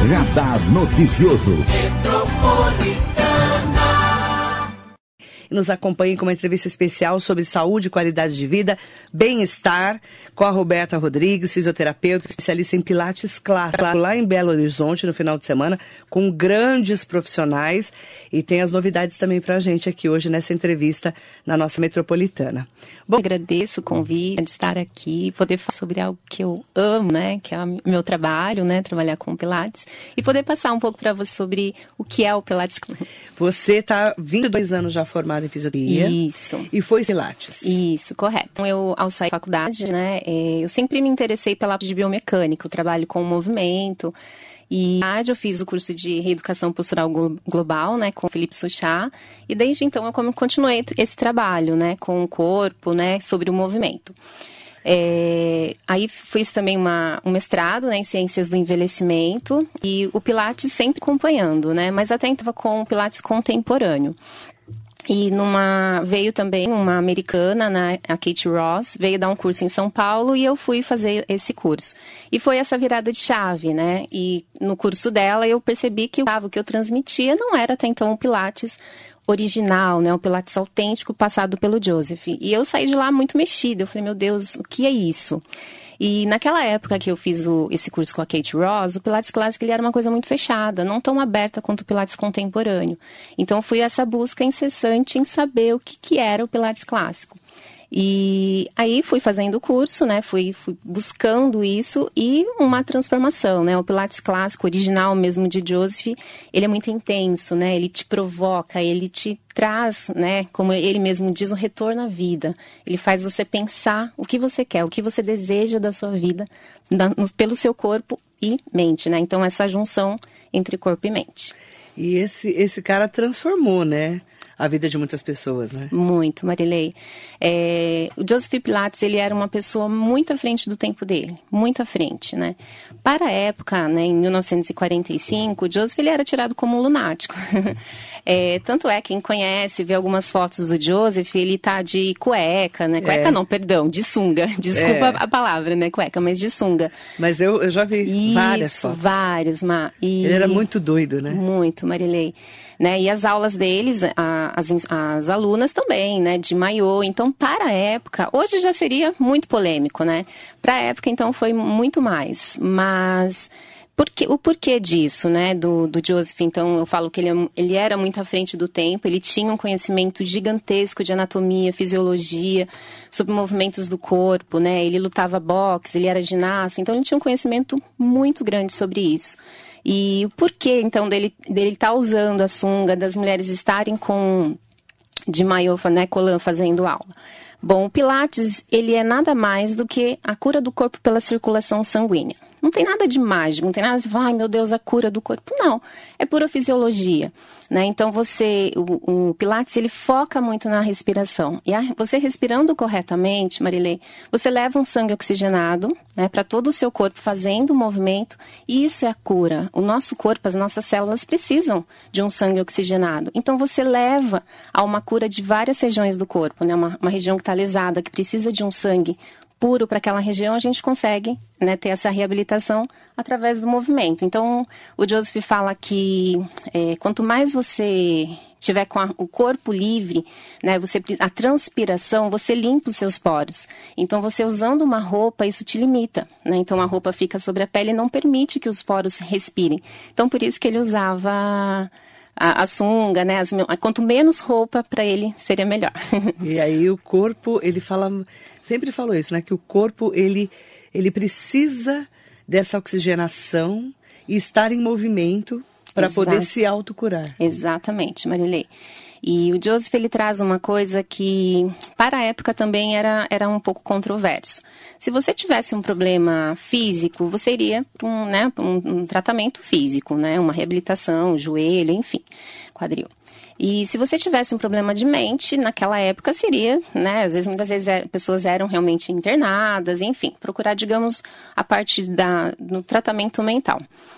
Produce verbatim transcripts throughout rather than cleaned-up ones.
Radar Noticioso. Nos acompanhem com uma entrevista especial sobre saúde, qualidade de vida, bem-estar, com a Roberta Rodrigues, fisioterapeuta, especialista em Pilates clássico, lá em Belo Horizonte, no final de semana, com grandes profissionais. E tem as novidades também pra gente aqui hoje nessa entrevista na nossa metropolitana. Bom, eu agradeço o convite de estar aqui, poder falar sobre algo que eu amo, né, que é o meu trabalho, né, trabalhar com Pilates, e poder passar um pouco para você sobre o que é o Pilates clássico. Você está vinte e dois anos já formada em fisioterapia. Isso. E foi Pilates. Isso, correto. Então, eu, ao sair da faculdade, né, eu sempre me interessei pela parte de biomecânica, eu trabalho com o movimento. E eu fiz o curso de reeducação postural global, né, com o Felipe Suchá, e desde então eu continuei esse trabalho, né, com o corpo, né, sobre o movimento. É, aí fiz também uma, um mestrado, né, em ciências do envelhecimento, e o Pilates sempre acompanhando, né, mas até então com o Pilates contemporâneo. E numa, veio também uma americana, né, a Kate Ross, veio dar um curso em São Paulo e eu fui fazer esse curso. E foi essa virada de chave, né? E no curso dela eu percebi que o que eu transmitia não era até então o Pilates original, né? O Pilates autêntico passado pelo Joseph. E eu saí de lá muito mexida. Eu falei, meu Deus, o que é isso? E naquela época que eu fiz o, esse curso com a Kate Ross, o Pilates clássico ele era uma coisa muito fechada, não tão aberta quanto o Pilates contemporâneo. Então fui essa busca incessante em saber o que, que era o Pilates clássico. E aí fui fazendo o curso, né, fui, fui buscando isso e uma transformação, né, o Pilates clássico, original mesmo de Joseph, ele é muito intenso, né, ele te provoca, ele te traz, né, como ele mesmo diz, um retorno à vida. Ele faz você pensar o que você quer, o que você deseja da sua vida, da, no, pelo seu corpo e mente, né, então essa junção entre corpo e mente. E esse, esse cara transformou, né? A vida de muitas pessoas, né? Muito, Marilei. É, o Joseph Pilates, ele era uma pessoa muito à frente do tempo dele, muito à frente, né? Para a época, né, em mil novecentos e quarenta e cinco, o Joseph ele era tirado como um lunático. É, tanto é, quem conhece, vê algumas fotos do Joseph, ele tá de cueca, né? Cueca é. não, perdão, de sunga. Desculpa é. a palavra, né? Cueca, mas de sunga. Mas eu, eu já vi Isso, várias fotos. várias, Ma. E... Ele era muito doido, né? Muito, Marilei. Né? E as aulas deles, a, as, as alunas também, né? De maiô. Então, para a época, hoje já seria muito polêmico, né? Para a época, então, foi muito mais. Mas... Porque, o porquê disso, né, do, do Joseph, então eu falo que ele, ele era muito à frente do tempo, ele tinha um conhecimento gigantesco de anatomia, fisiologia, sobre movimentos do corpo, né, ele lutava boxe, ele era ginasta, então ele tinha um conhecimento muito grande sobre isso. E o porquê, então, dele dele estar usando a sunga, das mulheres estarem com, de maiô, né, colã, fazendo aula. Bom, o Pilates, ele é nada mais do que a cura do corpo pela circulação sanguínea. Não tem nada de mágico, não tem nada de, ai meu Deus, a cura do corpo. Não, é pura fisiologia, né? Então você, o, o Pilates, ele foca muito na respiração. E a, você respirando corretamente, Marilei, você leva um sangue oxigenado, né, para todo o seu corpo fazendo o movimento, e isso é a cura. O nosso corpo, as nossas células precisam de um sangue oxigenado. Então você leva a uma cura de várias regiões do corpo, né? Uma, uma região que está lesada, que precisa de um sangue puro para aquela região, a gente consegue, né, ter essa reabilitação através do movimento. Então, o Joseph fala que é, quanto mais você tiver com a, o corpo livre, né, você, a transpiração, você limpa os seus poros. Então, você usando uma roupa, isso te limita, né? Então, a roupa fica sobre a pele e não permite que os poros respirem. Então, por isso que ele usava a, a sunga, né? As, quanto menos roupa, para ele, seria melhor. E aí, o corpo, ele fala... Sempre falou isso, né? Que o corpo, ele, ele precisa dessa oxigenação e estar em movimento para poder se autocurar. Exatamente, Marilei. E o Joseph, ele traz uma coisa que, para a época, também era, era um pouco controverso. Se você tivesse um problema físico, você iria para um, né, um, um tratamento físico, né? Uma reabilitação, joelho, enfim, quadril. E se você tivesse um problema de mente, naquela época seria, né, às vezes, muitas vezes é, pessoas eram realmente internadas, enfim, procurar, digamos, a parte da, do tratamento mental.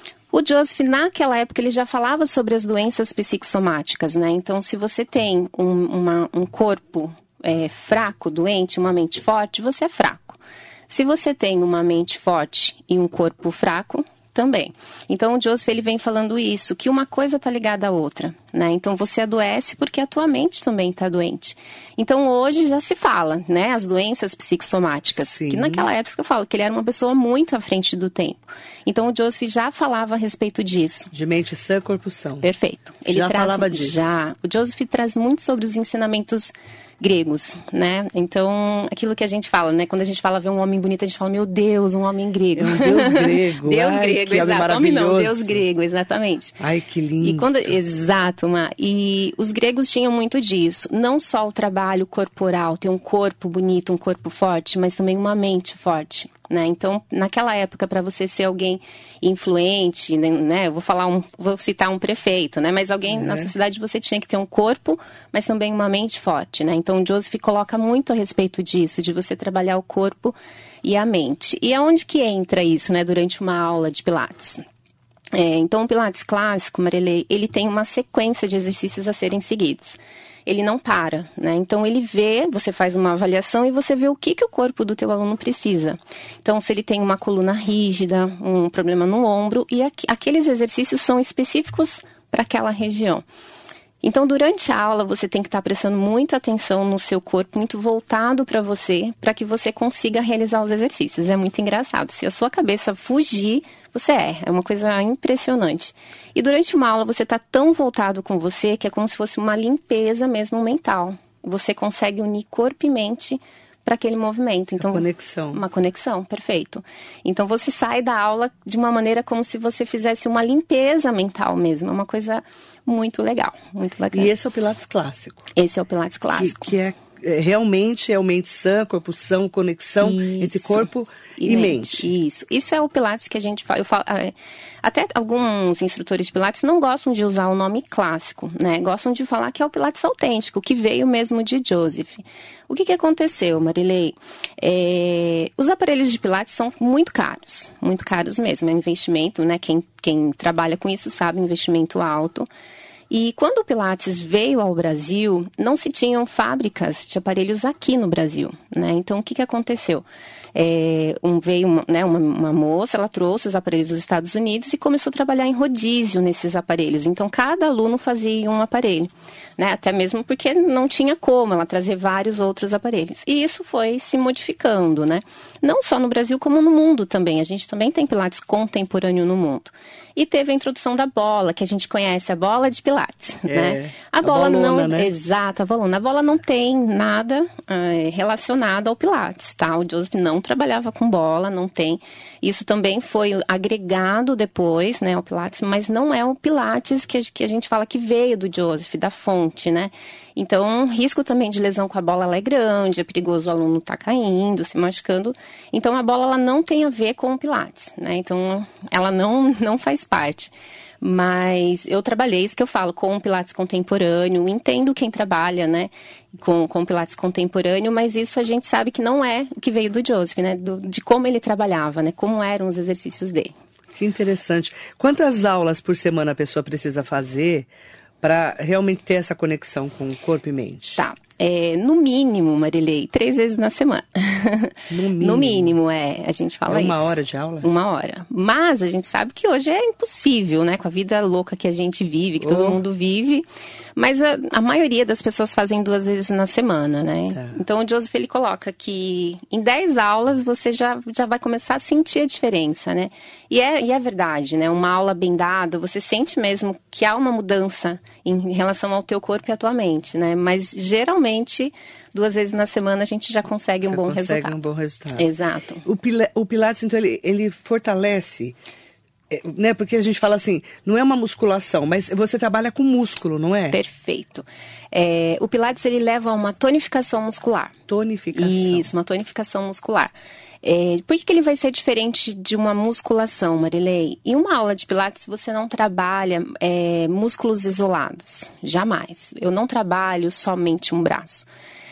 O Joseph, naquela época, ele já falava sobre as doenças psicossomáticas, né, então se você tem um, uma, um corpo é, fraco, doente, uma mente forte, você é fraco. Se você tem uma mente forte e um corpo fraco, Também. Então, o Joseph, ele vem falando isso, que uma coisa está ligada à outra, né? Então, você adoece porque a tua mente também está doente. Então, hoje já se fala, né? As doenças psicossomáticas. Sim. Que naquela época eu falo que ele era uma pessoa muito à frente do tempo. Então, o Joseph já falava a respeito disso. De mente sã, corpo são. Perfeito. Ele já traz, falava disso. Já. O Joseph traz muito sobre os ensinamentos gregos, né? Então, aquilo que a gente fala, né? Quando a gente fala ver um homem bonito, a gente fala, meu Deus, um homem grego. É um Deus grego. Deus Ai, grego, exato. Homem não, Deus grego, exatamente. Ai, que lindo. E quando, exato, Ma. E os gregos tinham muito disso. Não só o trabalho corporal, ter um corpo bonito, um corpo forte, mas também uma mente forte. Né? Então, naquela época, para você ser alguém influente, né? Eu vou falar um, vou citar um prefeito, né? Mas alguém é. na sociedade você tinha que ter um corpo, mas também uma mente forte, né? Então, o Joseph coloca muito a respeito disso, de você trabalhar o corpo e a mente. E aonde que entra isso, né? Durante uma aula de Pilates? É, então, o Pilates clássico, Marilei, ele tem uma sequência de exercícios a serem seguidos. Ele não para, né? Então, ele vê, você faz uma avaliação e você vê o que, que o corpo do teu aluno precisa. Então, se ele tem uma coluna rígida, um problema no ombro, e aqu- aqueles exercícios são específicos para aquela região. Então, durante a aula, você tem que estar prestando muita atenção no seu corpo, muito voltado para você, para que você consiga realizar os exercícios. É muito engraçado. Se a sua cabeça fugir, você erra. É uma coisa impressionante. E durante uma aula, você está tão voltado com você que é como se fosse uma limpeza mesmo mental. Você consegue unir corpo e mente para aquele movimento. Então, uma conexão. Uma conexão, perfeito. Então, você sai da aula de uma maneira como se você fizesse uma limpeza mental mesmo. É uma coisa muito legal, muito bacana. E esse é o Pilates clássico. Esse é o Pilates clássico. Que, que é, é realmente é o mente sã, corpo são, conexão Isso. entre corpo e, e mente. mente. Isso. Isso é o Pilates que a gente fala. Eu falo é, até alguns instrutores de Pilates não gostam de usar o nome clássico, né? Gostam de falar que é o Pilates autêntico, que veio mesmo de Joseph. O que, que aconteceu, Marilei? É, os aparelhos de Pilates são muito caros, muito caros mesmo. É um investimento, né? Quem, quem trabalha com isso sabe, investimento alto. E quando o Pilates veio ao Brasil, não se tinham fábricas de aparelhos aqui no Brasil, né? Então, o que, que aconteceu? É, um, veio uma, né, uma, uma moça, ela trouxe os aparelhos dos Estados Unidos e começou a trabalhar em rodízio nesses aparelhos. Então, cada aluno fazia um aparelho, né? Até mesmo porque não tinha como ela trazer vários outros aparelhos. E isso foi se modificando, né? Não só no Brasil, como no mundo também. A gente também tem Pilates contemporâneo no mundo. E teve a introdução da bola, que a gente conhece, a bola de Pilates, é, né? A, a bola bolona, não... Né? Exato, a bolona. A bola não tem nada é, relacionado ao Pilates, tá? O Joseph não trabalhava com bola, não tem. Isso também foi agregado depois, né, ao Pilates, mas não é o Pilates que a, que a gente fala que veio do Joseph, da fonte, né? Então, o risco também de lesão com a bola ela é grande, é perigoso o aluno estar tá caindo, se machucando. Então, a bola ela não tem a ver com o Pilates, né? Então, ela não, não faz parte. Mas eu trabalhei, isso que eu falo, com o Pilates contemporâneo, entendo quem trabalha, né, com, com o Pilates contemporâneo, mas isso a gente sabe que não é o que veio do Joseph, né, do, de como ele trabalhava, né, como eram os exercícios dele. Que interessante. Quantas aulas por semana a pessoa precisa fazer para realmente ter essa conexão com o corpo e mente? Tá. É, no mínimo, Marilei, três vezes na semana. No mínimo? No mínimo, é. A gente fala é uma isso. Uma hora de aula? Uma hora. Mas a gente sabe que hoje é impossível, né? Com a vida louca que a gente vive, que oh. todo mundo vive. Mas a, a maioria das pessoas fazem duas vezes na semana, né? Tá. Então, o Joseph, ele coloca que em dez aulas você já, já vai começar a sentir a diferença, né? E é, e é verdade, né? Uma aula bem dada, você sente mesmo que há uma mudança em relação ao teu corpo e à tua mente, né? Mas, geralmente, duas vezes na semana a gente já consegue um já bom consegue resultado. um bom resultado. Exato. O, pila, o Pilates, então, ele, ele fortalece... Né? Porque a gente fala assim, não é uma musculação, mas você trabalha com músculo, não é? Perfeito. É, o Pilates, ele leva a uma tonificação muscular. Tonificação. Isso, uma tonificação muscular. É, por que, que ele vai ser diferente de uma musculação, Marilei? Em uma aula de Pilates, você não trabalha é, músculos isolados. Jamais. Eu não trabalho somente um braço.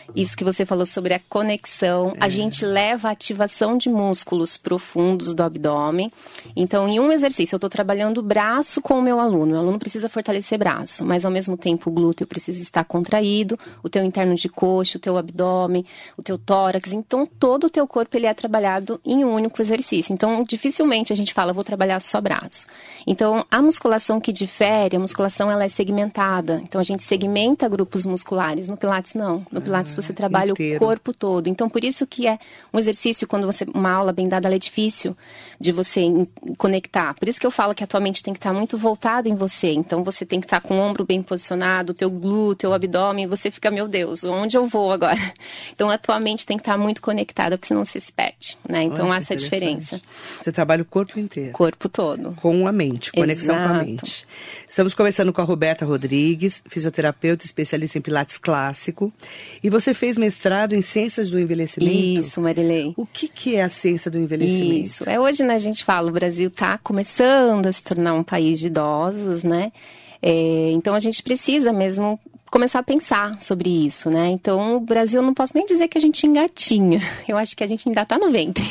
Isso que você falou sobre a conexão, é. a gente leva a ativação de músculos profundos do abdômen. Então, em um exercício, eu estou trabalhando o braço com o meu aluno. O aluno precisa fortalecer braço, mas ao mesmo tempo o glúteo precisa estar contraído, o teu interno de coxa, o teu abdômen, o teu tórax. Então, todo o teu corpo ele é trabalhado em um único exercício. Então, dificilmente a gente fala, vou trabalhar só braço. Então, a musculação que difere, a musculação ela é segmentada. Então, a gente segmenta grupos musculares. No Pilates, não. No Pilates, ah, você trabalha inteiro. O corpo todo. Então, por isso que é um exercício, quando você, uma aula bem dada, ela é difícil de você conectar. Por isso que eu falo que a tua mente tem que estar muito voltada em você. Então, você tem que estar com o ombro bem posicionado, o teu glúteo, o abdômen, você fica, meu Deus, onde eu vou agora? Então, a tua mente tem que estar muito conectada, porque senão você se perde, né? Então, olha, essa é a diferença. Você trabalha o corpo inteiro. Corpo todo. Com a mente, conexão Exato. Com a mente. Estamos conversando com a Roberta Rodrigues, fisioterapeuta especialista em Pilates clássico. E você fez mestrado em Ciências do Envelhecimento? Isso, Marilei. O que, que é a ciência do envelhecimento? Isso. É, hoje, né, a gente fala, o Brasil está começando a se tornar um país de idosos, né? É, então, a gente precisa mesmo começar a pensar sobre isso, né? Então, o Brasil, eu não posso nem dizer que a gente engatinha. Eu acho que a gente ainda está no ventre.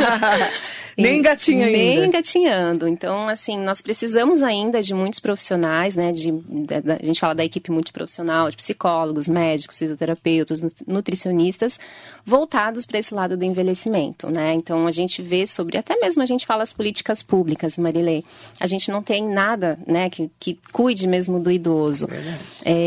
Nem engatinha ainda. Nem engatinhando. Então, assim, nós precisamos ainda de muitos profissionais, né? De, de, de, a gente fala da equipe multiprofissional, de psicólogos, médicos, fisioterapeutas, nutricionistas, voltados para esse lado do envelhecimento, né? Então, a gente vê sobre, até mesmo a gente fala as políticas públicas, Marilei. A gente não tem nada, né, que, que cuide mesmo do idoso. Verdade.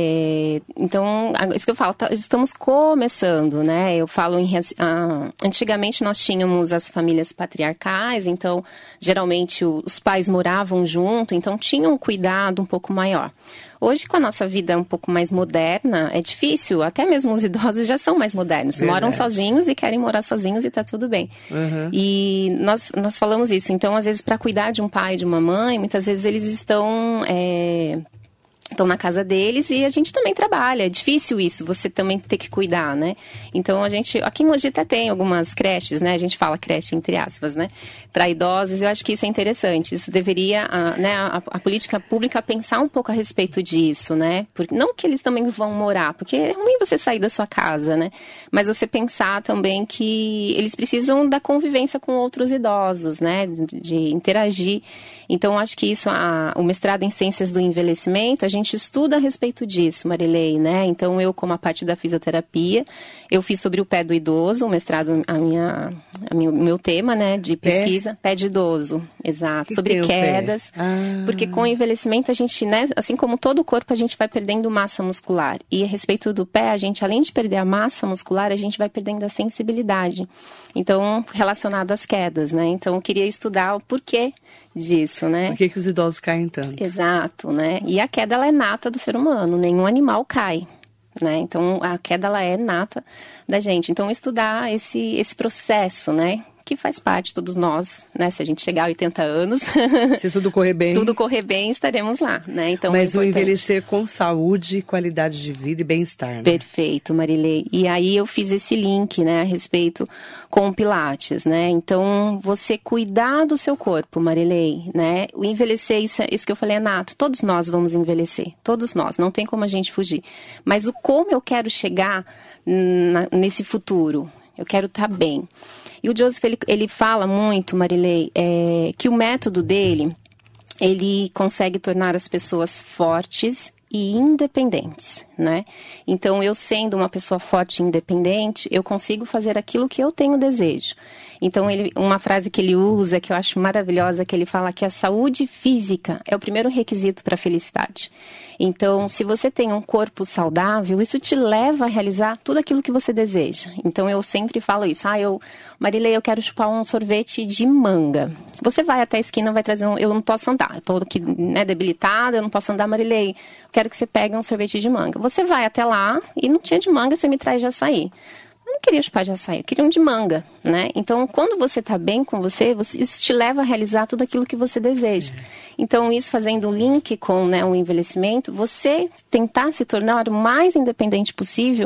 É, então, isso que eu falo, tá, estamos começando, né? Eu falo em... Ah, antigamente, nós tínhamos as famílias patriarcais. Então, geralmente os pais moravam junto, então tinham um cuidado um pouco maior. Hoje, com a nossa vida um pouco mais moderna, é difícil, até mesmo os idosos já são mais modernos, Verdade. Moram sozinhos e querem morar sozinhos e tá tudo bem. Uhum. E nós, nós falamos isso, então às vezes para cuidar de um pai, de uma mãe, muitas vezes eles estão... É... estão na casa deles e a gente também trabalha. É difícil isso, você também ter que cuidar, né? Então, a gente... Aqui em Mogi até tem algumas creches, né? A gente fala creche entre aspas, né? Para idosos, eu acho que isso é interessante. Isso deveria, a, né? A, a política pública pensar um pouco a respeito disso, né? Porque, não que eles também vão morar, porque é ruim você sair da sua casa, né? Mas você pensar também que eles precisam da convivência com outros idosos, né? De, de interagir. Então, acho que isso, a, o mestrado em Ciências do Envelhecimento, a gente A gente estuda a respeito disso, Marilei, né? Então, eu, como a parte da fisioterapia, eu fiz sobre o pé do idoso, o mestrado, a minha, a minha, o meu tema, né, de pesquisa, pé, pé de idoso, exato, que sobre quedas, ah. porque com o envelhecimento a gente, né, assim como todo o corpo, a gente vai perdendo massa muscular. E a respeito do pé, a gente, além de perder a massa muscular, a gente vai perdendo a sensibilidade. Então, relacionado às quedas, né? Então, eu queria estudar o porquê disso, né? Por que que os idosos caem tanto? Exato, né? E a queda, ela é nata do ser humano, nenhum animal cai, né? Então, a queda, ela é nata da gente. Então, estudar esse, esse processo, né? Que faz parte, todos nós, né? Se a gente chegar a oitenta anos... Se tudo correr bem... Tudo correr bem, estaremos lá, né? Então, Mas é o envelhecer com saúde, qualidade de vida e bem-estar, né? Perfeito, Marilei. E aí eu fiz esse link, né? A respeito com o Pilates, né? Então, você cuidar do seu corpo, Marilei, né? O envelhecer, isso, isso que eu falei é nato. Todos nós vamos envelhecer. Todos nós. Não tem como a gente fugir. Mas o como eu quero chegar na, nesse futuro? Eu quero estar bem. E o Joseph, ele, ele fala muito, Marilei, é, que o método dele, ele consegue tornar as pessoas fortes e independentes, né? Então, eu sendo uma pessoa forte e independente, eu consigo fazer aquilo que eu tenho desejo. Então, ele, uma frase que ele usa, que eu acho maravilhosa, que ele fala que a saúde física é o primeiro requisito para a felicidade. Então, se você tem um corpo saudável, isso te leva a realizar tudo aquilo que você deseja. Então, eu sempre falo isso. Ah, eu, Marilei, eu quero chupar um sorvete de manga. Você vai até a esquina, vai trazer um... Eu não posso andar, eu estou aqui, né, debilitada, eu não posso andar, Marilei. Eu quero que você pegue um sorvete de manga. Você vai até lá e não tinha de manga, você me traz de açaí. Eu não queria chupar de açaí, eu queria um de manga, né? Então, quando você está bem com você, você, isso te leva a realizar tudo aquilo que você deseja. Então, isso fazendo um link com, né, o envelhecimento, você tentar se tornar o mais independente possível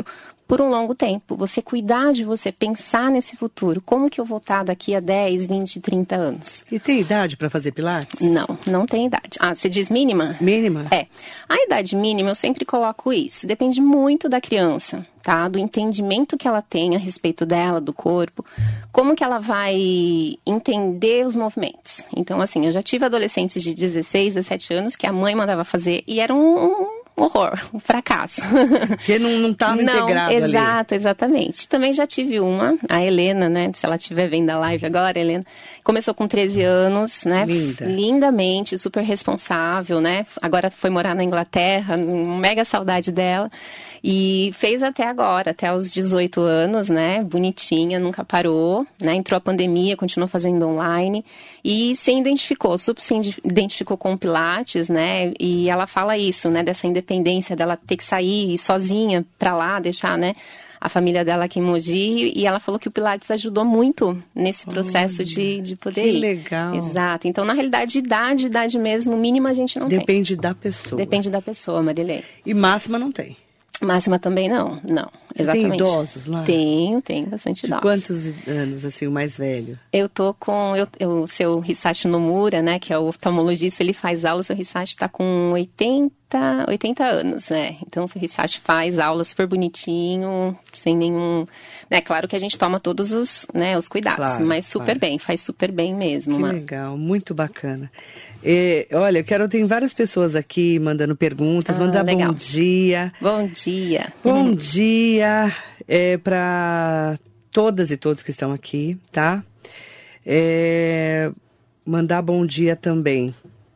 por um longo tempo. Você cuidar de você, pensar nesse futuro. Como que eu vou estar daqui a dez, vinte, trinta anos? E tem idade para fazer Pilates? Não, não tem idade. Ah, você diz mínima? Mínima? É. A idade mínima, eu sempre coloco isso. Depende muito da criança, tá? Do entendimento que ela tem a respeito dela, do corpo. Como que ela vai entender os movimentos. Então, assim, eu já tive adolescentes de dezesseis, dezessete anos que a mãe mandava fazer e era um... Um horror, um fracasso. Porque não estava integrado ali. Exato, exatamente. Também já tive uma, a Helena, né? Se ela estiver vendo a live agora, a Helena, começou com treze anos, né? Linda. Lindamente, super responsável, né? Agora foi morar na Inglaterra, mega saudade dela. E fez até agora, até os dezoito anos, né? Bonitinha, nunca parou, né? Entrou a pandemia, continuou fazendo online e se identificou, super se identificou com o Pilates, né? E ela fala isso, né? Dessa independência dela ter que sair sozinha pra lá, deixar, né? A família dela aqui em Mogi, e ela falou que o Pilates ajudou muito nesse processo de, de poder que ir. Que legal. Exato. Então, na realidade, idade, idade mesmo, mínima a gente não Depende tem. Depende da pessoa. Depende da pessoa, Marilei. E máxima não tem? Máxima também não, não, Você exatamente. Tem idosos lá? Tenho, tenho bastante de idosos. Quantos anos, assim, o mais velho? Eu tô com, eu, eu, o seu Hisashi Nomura, né, que é o oftalmologista, ele faz aula, o seu Hisashi tá com oitenta, oitenta anos, né, então o seu Hisashi faz aula super bonitinho, sem nenhum, né, claro que a gente toma todos os, né, os cuidados, claro, mas super claro. bem, faz super bem mesmo. Que né? legal, muito bacana. É, olha, eu quero, tem várias pessoas aqui mandando perguntas, Ah, mandar legal. bom dia. Bom dia. Bom dia é, para todas e todos que estão aqui, tá? É, mandar bom dia também.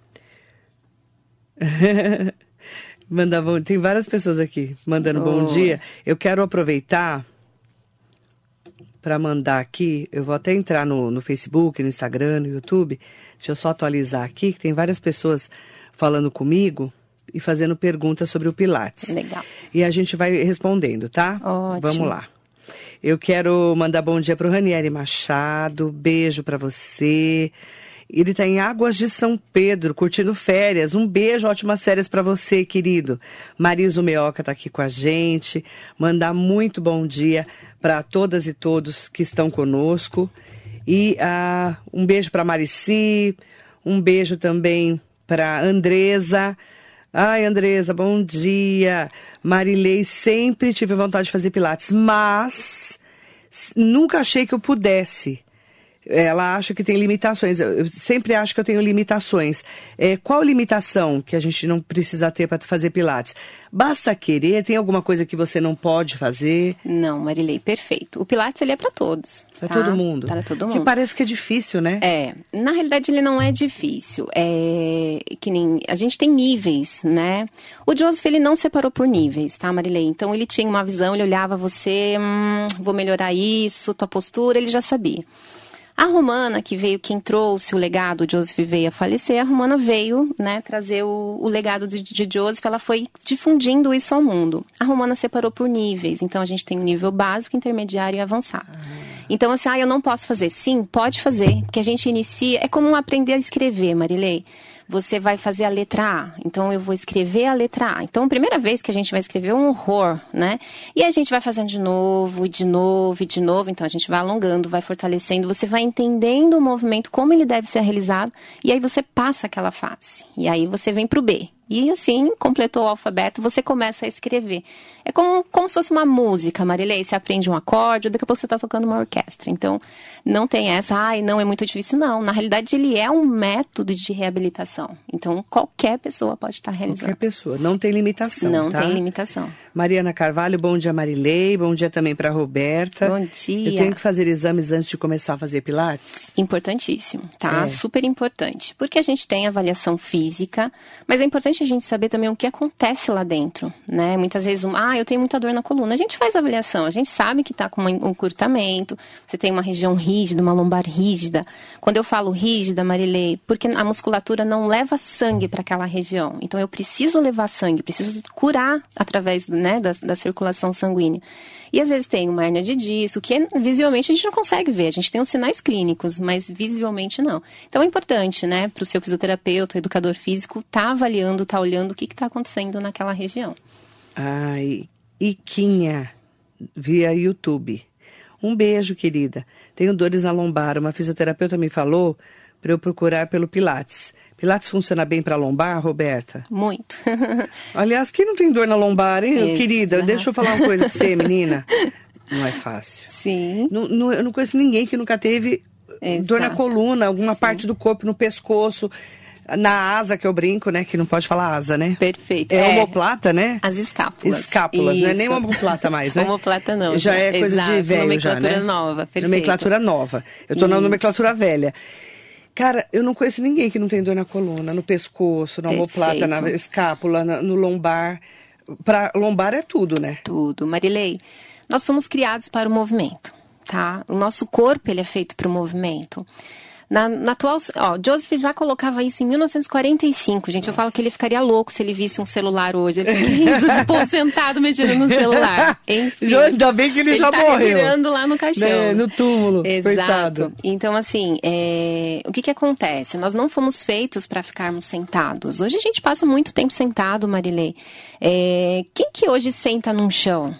mandar bom, tem várias pessoas aqui mandando oh. bom dia. Eu quero aproveitar para mandar aqui, eu vou até entrar no, no Facebook, no Instagram, no YouTube. Deixa eu só atualizar aqui, que tem várias pessoas falando comigo e fazendo perguntas sobre o Pilates. Legal. E a gente vai respondendo, tá? Ótimo. Vamos lá. Eu quero mandar bom dia para o Ranieri Machado, beijo para você. Ele está em Águas de São Pedro, curtindo férias. Um beijo, ótimas férias para você, querido. Mariso Meoca está aqui com a gente. Mandar muito bom dia para todas e todos que estão conosco. E uh, um beijo para Marici, um beijo também para Andresa. Ai, Andresa, bom dia. Marilei, sempre tive vontade de fazer Pilates, mas nunca achei que eu pudesse. Ela acha que tem limitações. Eu sempre acho que eu tenho limitações. É, qual limitação que a gente não precisa ter para fazer Pilates? Basta querer? Tem alguma coisa que você não pode fazer? Não, Marilei, perfeito. O Pilates, ele é para todos. Para tá? todo mundo? Para todo mundo. Que parece que é difícil, né? É. Na realidade, ele não é difícil. É que nem... A gente tem níveis, né? O Joseph, ele não separou por níveis, tá, Marilei? Então, ele tinha uma visão, ele olhava você, hum, vou melhorar isso, tua postura, ele já sabia. A Romana, que veio, quem trouxe o legado, o Joseph veio a falecer, a Romana veio, né, trazer o, o legado de, de Joseph, ela foi difundindo isso ao mundo. A Romana separou por níveis, então a gente tem o nível básico, intermediário e avançado. Ah. Então, assim, ah, eu não posso fazer. Sim, pode fazer, porque a gente inicia, é como aprender a escrever, Marilei. Você vai fazer a letra A, então eu vou escrever a letra A. Então, a primeira vez que a gente vai escrever é um horror, né? E a gente vai fazendo de novo, de novo, e de novo. Então, a gente vai alongando, vai fortalecendo, você vai entendendo o movimento, como ele deve ser realizado, e aí você passa aquela fase. E aí você vem pro B. E assim, completou o alfabeto, você começa a escrever. É como, como se fosse uma música, Marilei. Você aprende um acorde, daqui a pouco você está tocando uma orquestra. Então, não tem essa, ai, não, é muito difícil, não. Na realidade, ele é um método de reabilitação. Então, qualquer pessoa pode estar realizando. Qualquer pessoa, não tem limitação, Não tá? tem limitação. Mariana Carvalho, bom dia, Marilei. Bom dia também para Roberta. Bom dia. Eu tenho que fazer exames antes de começar a fazer Pilates? Importantíssimo, tá? É. Super importante. Porque a gente tem avaliação física, mas é importante a gente saber também o que acontece lá dentro, né? Muitas vezes, um, ah, eu tenho muita dor na coluna. A gente faz avaliação, a gente sabe que tá com um encurtamento, você tem uma região rígida, uma lombar rígida. Quando eu falo rígida, Marilei, porque a musculatura não leva sangue para aquela região. Então, eu preciso levar sangue, preciso curar através, né, da, da circulação sanguínea. E às vezes tem uma hérnia de disco, que visivelmente a gente não consegue ver. A gente tem os sinais clínicos, mas visivelmente não. Então é importante, né, para o seu fisioterapeuta, o educador físico, estar tá avaliando, estar tá olhando o que está acontecendo naquela região. Ai, Iquinha, via YouTube. Um beijo, querida. Tenho dores na lombar. Uma fisioterapeuta me falou para eu procurar pelo Pilates. Pilates funciona bem para lombar, Roberta? Muito. Aliás, quem não tem dor na lombar, hein, Exato. Querida? Deixa eu falar uma coisa pra você, menina. Não é fácil. Sim. Não, não, eu não conheço ninguém que nunca teve Exato. Dor na coluna, alguma Sim. parte do corpo, no pescoço, na asa, que eu brinco, né? Que não pode falar asa, né? Perfeito. É, é omoplata, né? As escápulas. Escápulas, Isso. não é nem omoplata mais, né? Omoplata não. Já é coisa Exato. de velho já, né? Nomenclatura nova, perfeito. Nomenclatura nova. Eu tô Isso. na nomenclatura velha. Cara, eu não conheço ninguém que não tem dor na coluna, no pescoço, na omoplata, na escápula, na, no lombar. Pra lombar é tudo, né? Tudo. Marilei, nós somos criados para o movimento, tá? O nosso corpo, ele é feito para o movimento. Na, na atual... Ó, Joseph já colocava isso em mil novecentos e quarenta e cinco, gente. Eu falo que ele ficaria louco se ele visse um celular hoje. Ele fica isso, esse povo sentado mexendo no celular. Enfim. Ainda bem que ele, ele já tá morreu. Ele tá revirando lá no caixão. Né? No túmulo. Exato. Coitado. Então, assim, é... o que que acontece? Nós não fomos feitos para ficarmos sentados. Hoje a gente passa muito tempo sentado, Marilei. É... Quem que hoje senta num chão?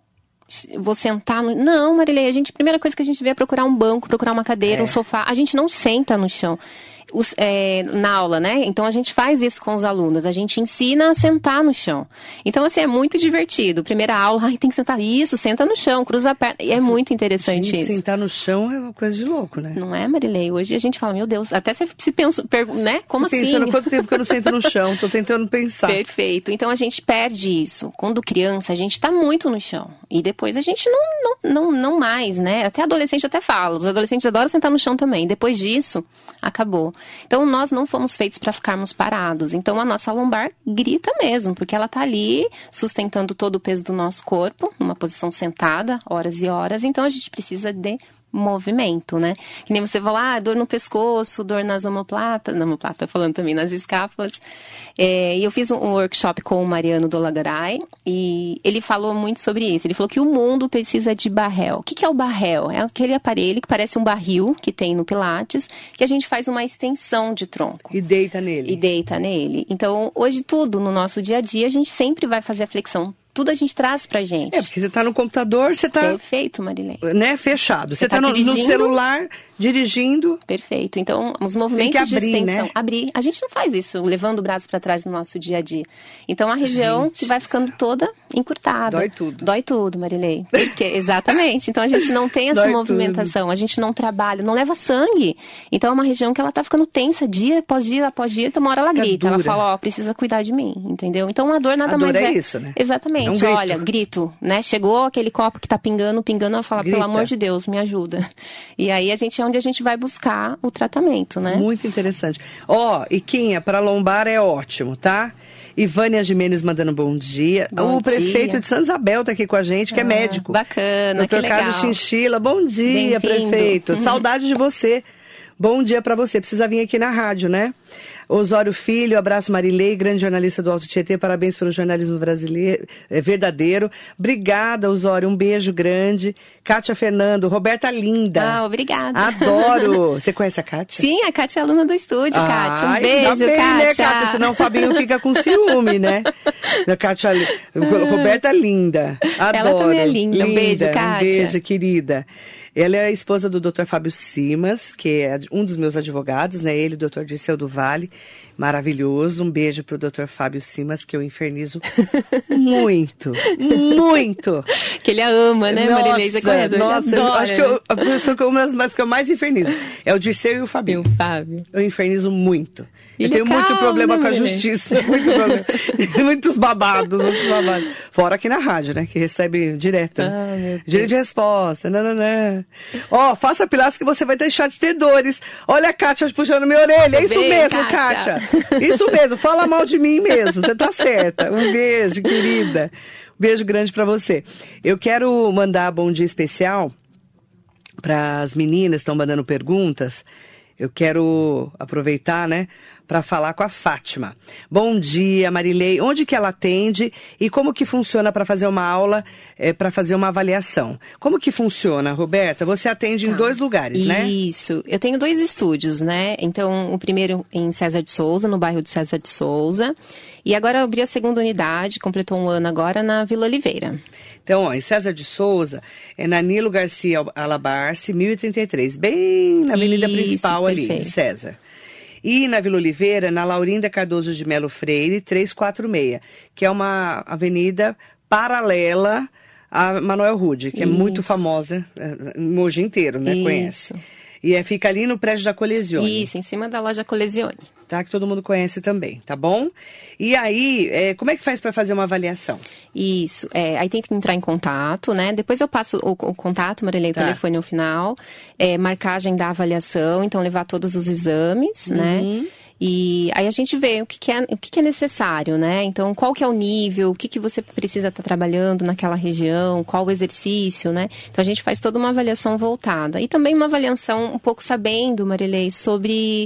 Vou sentar no... Não, Marilei, a gente, a primeira coisa que a gente vê é procurar um banco, procurar uma cadeira, é. um sofá. A gente não senta no chão. Os, é, na aula, né? Então a gente faz isso com os alunos, a gente ensina a sentar no chão. Então, assim, é muito divertido. Primeira aula, ai, tem que sentar. Isso, senta no chão, cruza a perna. E é muito interessante gente, isso. Sentar no chão é uma coisa de louco, né? Não é, Marilei? Hoje a gente fala, meu Deus, até você se pensa, né? Como tô assim? Pensando quanto tempo que eu não sento no chão, tô tentando pensar. Perfeito. Então a gente perde isso. Quando criança, a gente tá muito no chão. E depois a gente não, não, não, não mais, né? Até adolescente até fala. Os adolescentes adoram sentar no chão também. Depois disso, acabou. Então nós não fomos feitos para ficarmos parados. Então a nossa lombar grita mesmo, porque ela tá ali sustentando todo o peso do nosso corpo, numa posição sentada, horas e horas. Então a gente precisa de movimento, né? Que nem você fala, ah, dor no pescoço, dor nas omoplatas, na omoplata, falando também nas escápulas. É, e eu fiz um workshop com o Mariano Dolagaray e ele falou muito sobre isso. Ele falou que o mundo precisa de barrel. O que que é o barrel? É aquele aparelho que parece um barril que tem no Pilates, que a gente faz uma extensão de tronco. E deita nele. E deita nele. Então, hoje tudo no nosso dia a dia, a gente sempre vai fazer a flexão. Tudo a gente traz pra gente. É, porque você tá no computador, você tá... Perfeito, Marilei. Né, fechado. Você, você tá, tá no, no celular, dirigindo. Perfeito. Então, os movimentos abrir, de extensão... Né? Abrir. A gente não faz isso, levando o braço pra trás no nosso dia a dia. Então, a região gente, que vai ficando toda encurtada. Dói tudo. Dói tudo, Marilei. Porque, exatamente. Então, a gente não tem essa Dói movimentação. Tudo. A gente não trabalha, não leva sangue. Então, é uma região que ela tá ficando tensa dia após dia após dia. Então, uma hora ela grita. Ela fala, ó, oh, precisa cuidar de mim. Entendeu? Então, a dor nada a dor mais é... é isso, né? Exatamente. É um grito. Olha, grito. Né? Chegou aquele copo que tá pingando, pingando, ela fala, Grita. pelo amor de Deus, me ajuda. E aí a gente é onde a gente vai buscar o tratamento, né? Muito interessante. Ó, oh, Iquinha, para lombar é ótimo, tá? Ivânia Jimenez mandando bom dia. Bom o dia. prefeito de São Isabel tá aqui com a gente, que ah, é médico. Bacana, doutor que legal. Carlos Chinchila, bom dia, Bem-vindo. prefeito. Uhum. Saudade de você. Bom dia pra você. Precisa vir aqui na rádio, né? Osório Filho, abraço Marilei, grande jornalista do Alto Tietê, parabéns pelo jornalismo brasileiro, é verdadeiro. Obrigada, Osório, um beijo grande. Kátia Fernando, Roberta Linda. Ah, obrigada. Adoro. Você conhece a Kátia? Sim, a Kátia é aluna do estúdio, ah, Kátia. Um beijo, bem, Kátia. Né, Kátia. Senão o Fabinho fica com ciúme, né? A Kátia, Roberta Linda. Adoro. Ela também é linda. linda. Um beijo, Kátia. Um beijo, querida. Ela é a esposa do doutor Fábio Simas, que é um dos meus advogados, né? Ele, o doutor Dirceu do Vale, maravilhoso. Um beijo pro doutor Fábio Simas, que eu infernizo muito, muito. Que ele a ama, né, nossa, Marilei? Você conhece? Nossa, ele adora, acho que eu, a pessoa que eu, uma das que eu mais infernizo é o Dirceu e o Fabinho. O Fábio. Eu infernizo muito. Ele eu tenho é muito calmo, problema né, com a Marilei? justiça. Muito problema. Muitos babados, muitos babados. Fora aqui na rádio, né? Que recebe direto. Ah, meu Deus. Direito de resposta. Nananã. Ó, faça Pilates que você vai deixar de ter dores. Olha a Kátia puxando minha orelha. É isso Bem, mesmo, Kátia. Kátia. Isso mesmo. Fala mal de mim mesmo. Você tá certa. Um beijo, querida. Beijo grande pra você. Eu quero mandar bom dia especial para as meninas que estão mandando perguntas. Eu quero aproveitar, né, para falar com a Fátima. Bom dia, Marilei. Onde que ela atende e como que funciona para fazer uma aula, é, para fazer uma avaliação? Como que funciona, Roberta? Você atende tá. em dois lugares, Isso. né? Isso. Eu tenho dois estúdios, né? Então, o primeiro em César de Souza, no bairro de César de Souza. E agora eu abri a segunda unidade, completou um ano agora, na Vila Oliveira. Então, ó, em César de Souza, é na Nilo Garcia Alabarce, mil e trinta e três, bem na avenida Isso, principal ali, perfeito. de César. E na Vila Oliveira, na Laurinda Cardoso de Melo Freire, trezentos e quarenta e seis, que é uma avenida paralela a Manuel Rude, que é Isso. muito famosa, no Mogi inteiro, né? Isso. Conhece. E é, fica ali no prédio da Colesione. Isso, em cima da loja Colesione. Tá? Que todo mundo conhece também, tá bom? E aí, é, como é que faz para fazer uma avaliação? Isso, é, aí tem que entrar em contato, né? Depois eu passo o, o contato, Marilei, o Tá. telefone ao final, é, marcagem da avaliação, então levar todos os exames, Uhum. né? E aí a gente vê o que, que, é, o que, que é necessário, né? Então, qual que é o nível, o que, que você precisa estar trabalhando naquela região, qual o exercício, né? Então, a gente faz toda uma avaliação voltada. E também uma avaliação um pouco sabendo, Marilei, sobre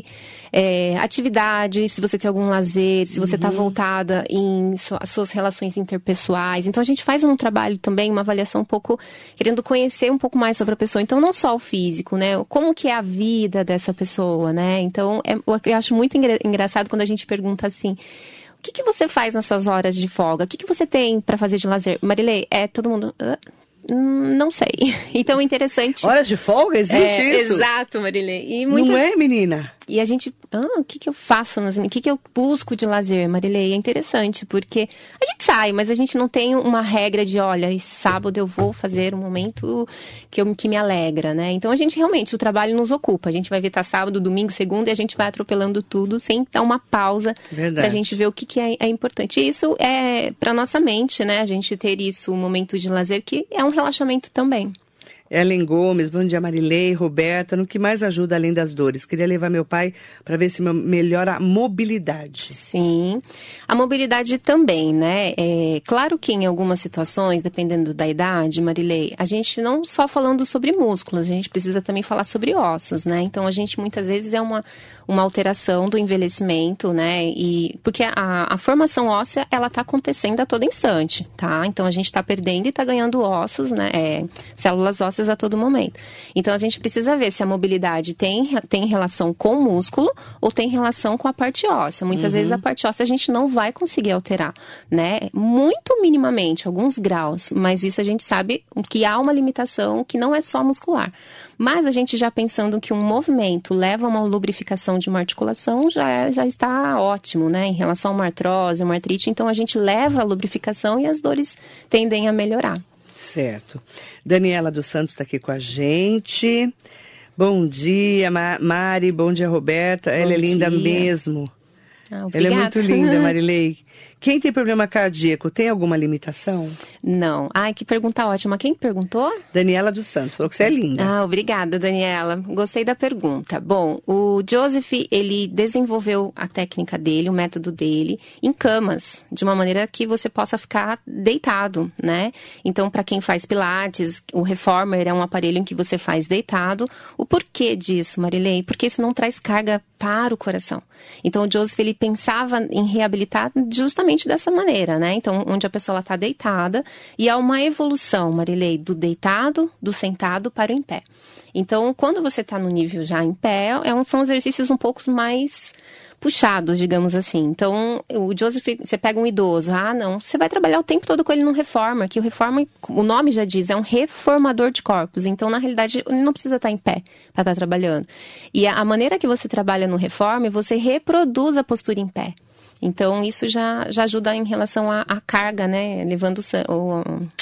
é, atividade, se você tem algum lazer, se você está voltada em su- as suas relações interpessoais. Então, a gente faz um trabalho também, uma avaliação um pouco, querendo conhecer um pouco mais sobre a pessoa. Então, não só o físico, né? Como que é a vida dessa pessoa, né? Então, é, eu acho muito engraçado. Engraçado quando a gente pergunta assim, o que, que você faz nas suas horas de folga? O que, que você tem para fazer de lazer? Marilei, é todo mundo... "Ah, hum, não sei." Então é interessante... Horas de folga? Existe É, isso? exato, Marilei. E muita... Não é, menina? E a gente, ah, o que que eu faço? Nas... O que que eu busco de lazer, Marilei? É interessante, porque a gente sai, mas a gente não tem uma regra de, olha, esse sábado eu vou fazer um momento que, eu, que me alegra, né? Então, a gente realmente, o trabalho nos ocupa. A gente vai ver tá sábado, domingo, segunda, e a gente vai atropelando tudo sem dar uma pausa Verdade. pra gente ver o que que é, é importante. E isso é pra nossa mente, né? A gente ter isso, um momento de lazer, que é um relaxamento também. Ellen Gomes, bom dia Marilei, Roberta, no que mais ajuda além das dores? Queria levar meu pai para ver se meu- melhora a mobilidade. Sim, a mobilidade também, né? É claro que em algumas situações, dependendo da idade, Marilei, a gente não só falando sobre músculos, a gente precisa também falar sobre ossos, né? Então a gente muitas vezes é uma, uma alteração do envelhecimento, né? E porque a, a formação óssea, ela tá acontecendo a todo instante, tá? Então a gente tá perdendo e tá ganhando ossos, né? É, células ósseas a todo momento. Então a gente precisa ver se a mobilidade tem, tem relação com o músculo ou tem relação com a parte óssea. Muitas vezes a parte óssea a gente não vai conseguir alterar, né? Muito minimamente, alguns graus, mas isso a gente sabe que há uma limitação que não é só muscular. Mas a gente já pensando que um movimento leva a uma lubrificação de uma articulação, já, é, já está ótimo, né? Em relação a uma artrose, uma artrite, então a gente leva a lubrificação e as dores tendem a melhorar. Certo. Daniela dos Santos está aqui com a gente. Bom dia, Ma- Mari. Bom dia, Roberta. Ela Bom é linda dia. mesmo. Ah, Ela é obrigada. muito linda, Marilei. Quem tem problema cardíaco tem alguma limitação? Não. Ai, que pergunta ótima. Quem perguntou? Daniela dos Santos falou que você é linda. Ah, obrigada, Daniela. Gostei da pergunta. Bom, o Joseph, ele desenvolveu a técnica dele, o método dele, em camas, de uma maneira que você possa ficar deitado, né? Então, para quem faz pilates, o Reformer é um aparelho em que você faz deitado. O porquê disso, Marilei? Porque isso não traz carga para o coração. Então, o Joseph, ele pensava em reabilitar justamente dessa maneira, né? Então, onde a pessoa está deitada e há uma evolução, Marilei, do deitado, do sentado para o em pé. Então, quando você está no nível já em pé, é um, são exercícios um pouco mais puxados, digamos assim. Então, o Joseph, você pega um idoso, ah, não, você vai trabalhar o tempo todo com ele no Reformer, que o Reformer, o nome já diz, é um reformador de corpos. Então, na realidade, ele não precisa estar em pé para estar trabalhando. E a, a maneira que você trabalha no Reformer, você reproduz a postura em pé. Então, isso já, já ajuda em relação à, à carga, né, levando o,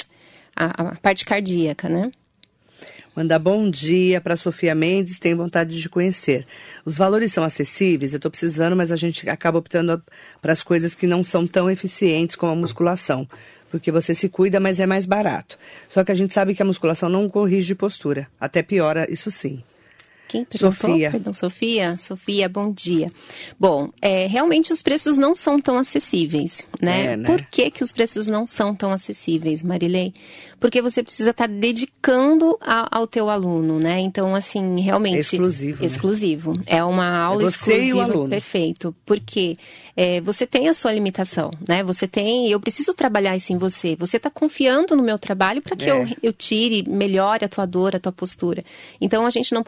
a, a parte cardíaca, né? Mandar bom dia para Sofia Mendes, tenho vontade de conhecer. Os valores são acessíveis, eu estou precisando, mas a gente acaba optando para as coisas que não são tão eficientes como a musculação. Porque você se cuida, mas é mais barato. Só que a gente sabe que a musculação não corrige postura, até piora, isso sim. Quem perguntou? Sofia. Perdão, Sofia? Sofia, bom dia. Bom, é, realmente os preços não são tão acessíveis, né? É, né? Por que que os preços não são tão acessíveis, Marilei? Porque você precisa estar dedicando a, ao teu aluno, né? Então, assim, realmente... É exclusivo, né? Exclusivo. É uma aula É você e o exclusiva. aluno. Perfeito. Porque é, você tem a sua limitação, né? Você tem... Eu preciso trabalhar isso em você. Você está confiando no meu trabalho para que É. eu, eu tire, melhore a tua dor, a tua postura. Então, a gente não pode se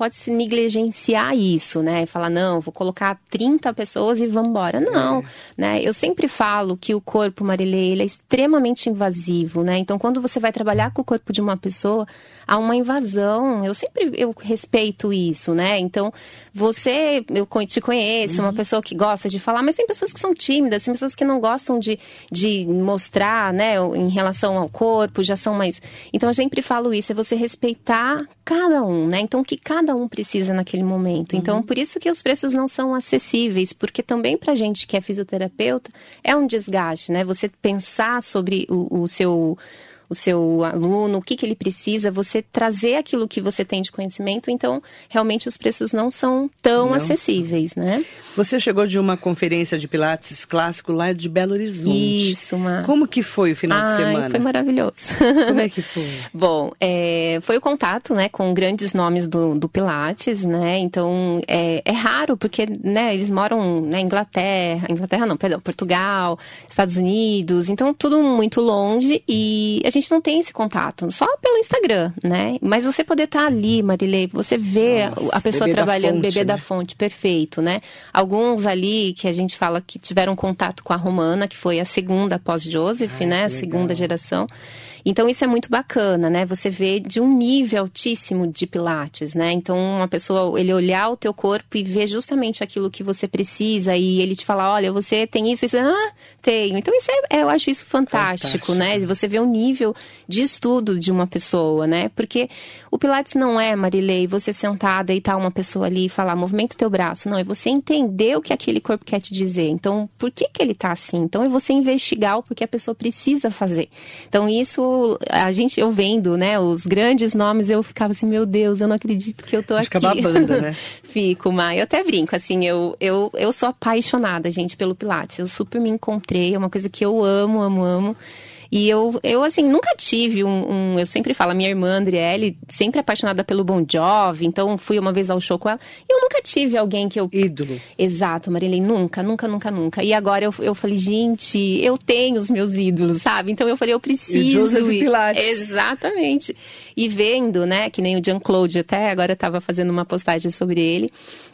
negligenciar isso, né? Falar, não, vou colocar trinta pessoas e vamos embora. Não, é. né? Eu sempre falo que o corpo, Marilei, ele é extremamente invasivo, né? Então, quando você vai trabalhar com o corpo de uma pessoa, há uma invasão. Eu sempre eu respeito isso, né? Então, você, eu te conheço, uhum. uma pessoa que gosta de falar, mas tem pessoas que são tímidas, tem pessoas que não gostam de, de mostrar, né, em relação ao corpo, já são mais... Então, eu sempre falo isso, é você respeitar cada um, né? Então, o que cada um precisa naquele momento. Uhum. Então, por isso que os preços não são acessíveis, porque também pra gente que é fisioterapeuta, é um desgaste, né? Você pensar sobre o, o seu... o seu aluno, o que, que ele precisa, você trazer aquilo que você tem de conhecimento, então, realmente, os preços não são tão não. acessíveis, né? Você chegou de uma conferência de Pilates clássico lá de Belo Horizonte. Isso, Mar. Como que foi o final Ai, de semana? Foi maravilhoso. Como é que foi? Bom, é, foi o contato, né, com grandes nomes do, do Pilates, né, então, é, é raro, porque, né, eles moram na Inglaterra, Inglaterra não, perdão, Portugal, Estados Unidos, então, tudo muito longe, e a gente A gente não tem esse contato, só pelo Instagram, né? Mas você poder estar ali, Marilei, você vê Nossa, a pessoa trabalhando, bebê da fonte, perfeito, né? Alguns ali que a gente fala que tiveram contato com a Romana, que foi a segunda após Joseph, Ai, né? A segunda geração. Então, isso é muito bacana, né? Você vê de um nível altíssimo de Pilates, né? Então, uma pessoa, ele olhar o teu corpo e ver justamente aquilo que você precisa e ele te falar, olha, você tem isso, isso, ah, tenho. Então, isso é, eu acho isso fantástico, fantástico, né? Você vê o nível de estudo de uma pessoa, né? Porque o Pilates não é, Marilei, você sentar, deitar uma pessoa ali e falar, movimenta o teu braço. Não, é você entender o que aquele corpo quer te dizer. Então, por que que ele tá assim? Então, é você investigar o porquê a pessoa precisa fazer. Então, isso a gente, eu vendo, né, os grandes nomes, eu ficava assim, meu Deus, eu não acredito que eu tô Fica aqui. babando, né? Fico, mas eu até brinco, assim, eu, eu, eu sou apaixonada, gente, pelo Pilates. Eu super me encontrei, é uma coisa que eu amo, amo, amo. E eu, eu, assim, nunca tive um, um... Eu sempre falo, a minha irmã, Andriele, sempre apaixonada pelo Bon Jovi, então fui uma vez ao show com ela. E eu nunca tive alguém que eu... Ídolo. Exato, Marilei, nunca, nunca, nunca, nunca. E agora eu, eu falei, gente, eu tenho os meus ídolos, sabe? Então eu falei, eu preciso... E Joseph Pilates. Exatamente. E vendo, né, que nem o Jean-Claude até, agora eu tava fazendo uma postagem sobre ele.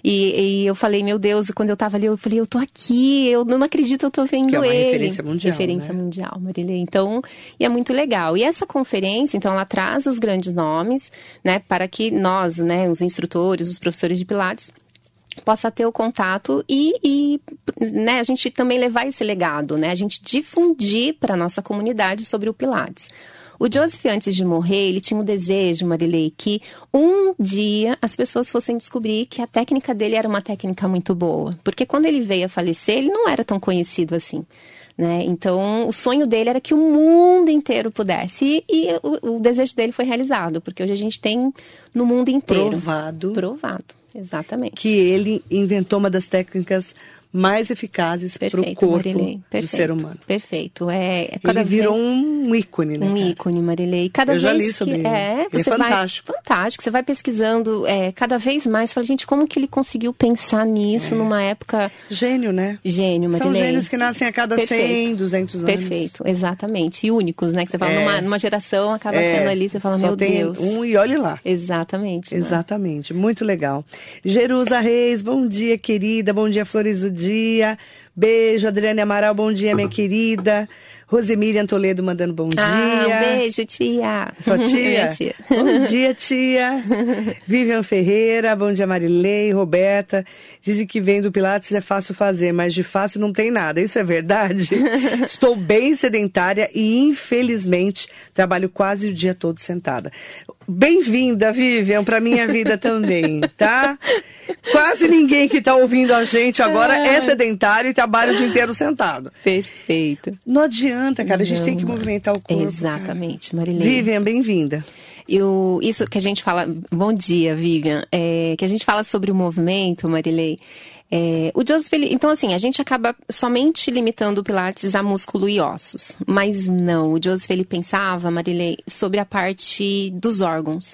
E, e eu falei, meu Deus, quando eu tava ali, eu falei, eu tô aqui, eu não acredito, eu tô vendo ele. Que é uma ele. referência mundial, Referência né? mundial, Marilei. Então, e é muito legal. E essa conferência, então, ela traz os grandes nomes, né, para que nós, né, os instrutores, os professores de Pilates, possa ter o contato e, e né, a gente também levar esse legado, né, a gente difundir para a nossa comunidade sobre o Pilates. O Joseph, antes de morrer, ele tinha um desejo, Marilei, que um dia as pessoas fossem descobrir que a técnica dele era uma técnica muito boa. Porque quando ele veio a falecer, ele não era tão conhecido assim. Né? Então, o sonho dele era que o mundo inteiro pudesse. E, e o, o desejo dele foi realizado, porque hoje a gente tem no mundo inteiro. Provado. Provado, exatamente. Que ele inventou uma das técnicas mais eficazes para o corpo Marilei, do ser humano. Perfeito. É, é cada ele virou vez... um ícone, né? Um cara? ícone, Marilei. Cada Eu já vez li sobre que... ele. É, ele você é fantástico. Vai... Fantástico. Você vai pesquisando é, cada vez mais. Fala, gente, como que ele conseguiu pensar nisso é. numa época... Gênio, né? Gênio, Marilei. São gênios que nascem a cada Perfeito. cem, duzentos anos. Perfeito, exatamente. E únicos, né? Que você fala, é. numa, numa geração, acaba é. sendo ali, você fala, Só meu tem Deus. um e olhe lá. Exatamente. Exatamente. Né? Muito legal. Jerusa Reis, bom dia, querida. Bom dia, Flores do Dia. Beijo, Adriane Amaral, bom dia, minha querida. Rosemirian Toledo mandando bom dia. Ah, um beijo, tia. Sua tia? tia. Bom dia, tia. Vivian Ferreira, bom dia, Marilei, Roberta. Dizem que vem do Pilates é fácil fazer, mas de fácil não tem nada. Isso é verdade? Estou bem sedentária e, infelizmente, trabalho quase o dia todo sentada. Bem-vinda, Vivian, para minha vida também, tá? Quase ninguém que está ouvindo a gente agora é sedentário e trabalha o dia inteiro sentado. Perfeito. Não adianta, cara, a gente não. tem que movimentar o corpo. Exatamente, cara. Marilei. Vivian, bem-vinda. Eu, isso que a gente fala... Bom dia, Vivian. É, que a gente fala sobre o movimento, Marilei. É, o Joseph, ele, então assim, a gente acaba somente limitando o Pilates a músculo e ossos. Mas não, o Joseph, ele pensava, Marilei, sobre a parte dos órgãos.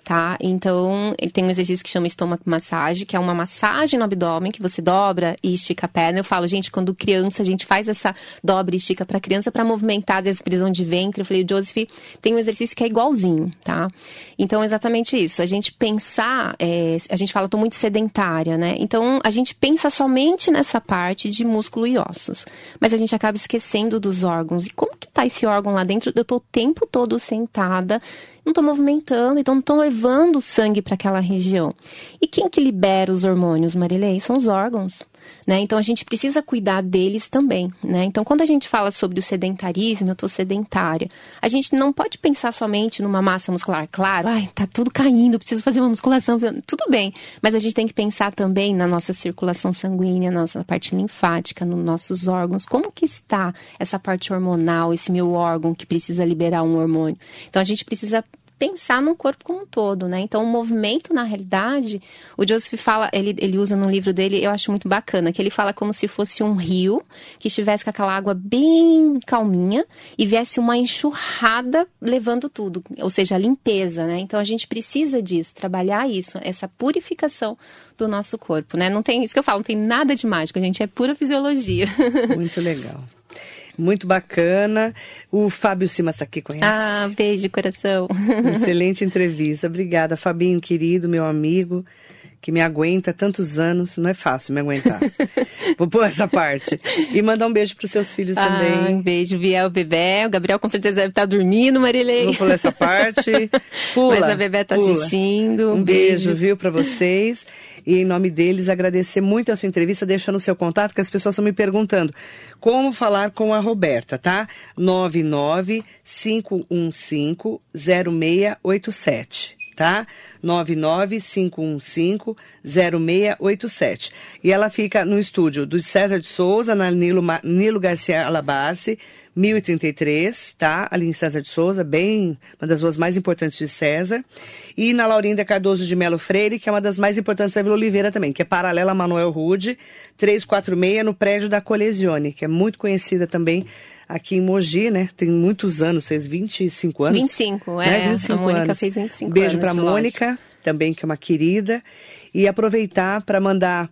tá? Então, ele tem um exercício que chama estômago massagem, que é uma massagem no abdômen, que você dobra e estica a perna. Eu falo, gente, quando criança, a gente faz essa dobra e estica pra criança pra movimentar, às vezes, prisão de ventre. Eu falei, o Joseph tem um exercício que é igualzinho, tá? Então, exatamente isso. A gente pensar, é, a gente fala, tô muito sedentária, né? Então, a gente pensa somente nessa parte de músculo e ossos. Mas a gente acaba esquecendo dos órgãos. E como que tá esse órgão lá dentro? Eu tô o tempo todo sentada, não estou movimentando, então não estou levando sangue para aquela região. E quem que libera os hormônios, Marilei? São os órgãos, né? Então a gente precisa cuidar deles também, né? Então quando a gente fala sobre o sedentarismo, eu estou sedentária, a gente não pode pensar somente numa massa muscular. Claro, ai, tá tudo caindo, preciso fazer uma musculação, tudo bem. Mas a gente tem que pensar também na nossa circulação sanguínea, na nossa parte linfática, nos nossos órgãos. Como que está essa parte hormonal, esse meu órgão que precisa liberar um hormônio? Então a gente precisa pensar no corpo como um todo, né? Então, o movimento, na realidade, o Joseph fala, ele, ele usa no livro dele, eu acho muito bacana, que ele fala como se fosse um rio que estivesse com aquela água bem calminha e viesse uma enxurrada levando tudo, ou seja, a limpeza, né? Então, a gente precisa disso, trabalhar isso, essa purificação do nosso corpo, né? Não tem, isso que eu falo, não tem nada de mágico, a gente é pura fisiologia. Muito legal. Muito bacana. O Fábio Simas aqui, conhece? Ah, beijo de coração. Excelente entrevista. Obrigada, Fabinho, querido, meu amigo, que me aguenta tantos anos. Não é fácil me aguentar. Vou pôr essa parte. E mandar um beijo para os seus filhos ah, também. Um beijo, Biel, Bebé. O Gabriel com certeza deve estar dormindo, Marilei. Vou pular essa parte. Pula, Mas a Bebé está assistindo. Um, um beijo, beijo, viu, para vocês. E em nome deles, agradecer muito a sua entrevista, deixando o seu contato, que as pessoas estão me perguntando como falar com a Roberta, tá? nove nove cinco um cinco zero seis oito sete, tá? nove nove cinco um cinco zero seis oito sete. E ela fica no estúdio do César de Souza, na Nilo, Nilo Garcia Alabassi, mil e trinta e três, tá? Ali em César de Souza, bem, uma das ruas mais importantes de César. E na Laurinda Cardoso de Melo Freire, que é uma das mais importantes da Vila Oliveira também, que é paralela a Manuel Rude, trezentos e quarenta e seis, no prédio da Colesione, que é muito conhecida também aqui em Mogi, né? Tem muitos anos, fez vinte e cinco anos. vinte e cinco, né? é. vinte e cinco a Mônica anos. fez vinte e cinco Beijo anos. Beijo pra Mônica, loja. Também, que é uma querida. E aproveitar para mandar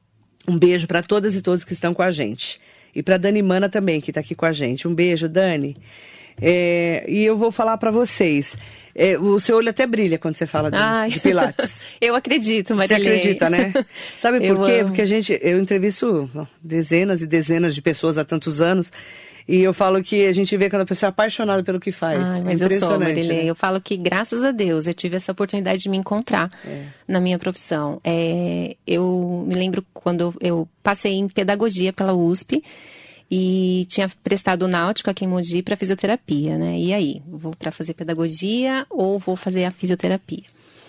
um beijo para todas e todos que estão com a gente. E para Dani Mana também, que está aqui com a gente. Um beijo, Dani. É, e eu vou falar para vocês. É, o seu olho até brilha quando você fala de, de Pilates. Eu acredito, Marilei. Você acredita, né? Sabe por eu quê? amo. Porque a gente, eu entrevisto dezenas e dezenas de pessoas há tantos anos. E eu falo que a gente vê quando a pessoa é apaixonada pelo que faz. Ai, mas é eu sou, Marilei. Né? Eu falo que, graças a Deus, eu tive essa oportunidade de me encontrar é. na minha profissão. É, eu me lembro quando eu, eu passei em pedagogia pela U S P e tinha prestado o náutico aqui em Mogi para fisioterapia, né? E aí, vou para fazer pedagogia ou vou fazer a fisioterapia?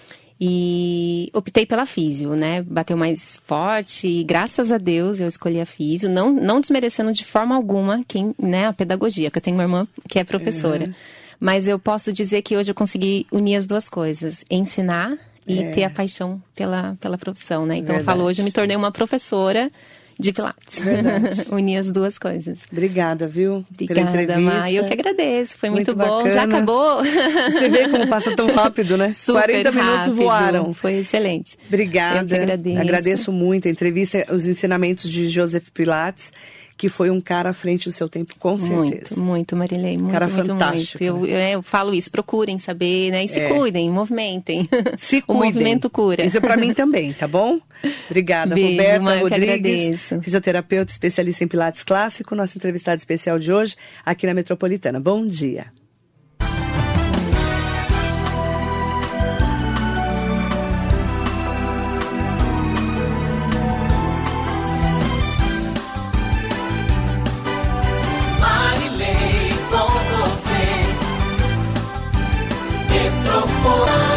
E optei pela físio, né? Bateu mais forte e graças a Deus eu escolhi a físio, não, não desmerecendo de forma alguma quem, né, a pedagogia, porque eu tenho uma irmã que é professora. Uhum. Mas eu posso dizer que hoje eu consegui unir as duas coisas, ensinar e é. ter a paixão pela, pela profissão, né? Então Verdade. eu falo, hoje eu me tornei uma professora de Pilates. Unir as duas coisas. Obrigada, viu? Obrigada, Má. Eu que agradeço. Foi muito, muito bom. Bacana. Já acabou? Você vê como passa tão rápido, né? Super quarenta minutos rápido. voaram. Foi excelente. Obrigada. Eu que agradeço. Agradeço muito a entrevista, os ensinamentos de Joseph Pilates, que foi um cara à frente do seu tempo, com certeza. Muito, muito, Marilei. Muito, cara muito, fantástico. muito. Eu, né? eu, eu falo isso, procurem saber, né? E se é. cuidem, movimentem. Se o cuidem. movimento cura. Isso é pra mim também, tá bom? Obrigada, Beijo, Roberta mãe, Rodrigues, fisioterapeuta especialista em Pilates clássico, nossa entrevistada especial de hoje, aqui na Metropolitana. Bom dia. Marilei com você, Metropolitana.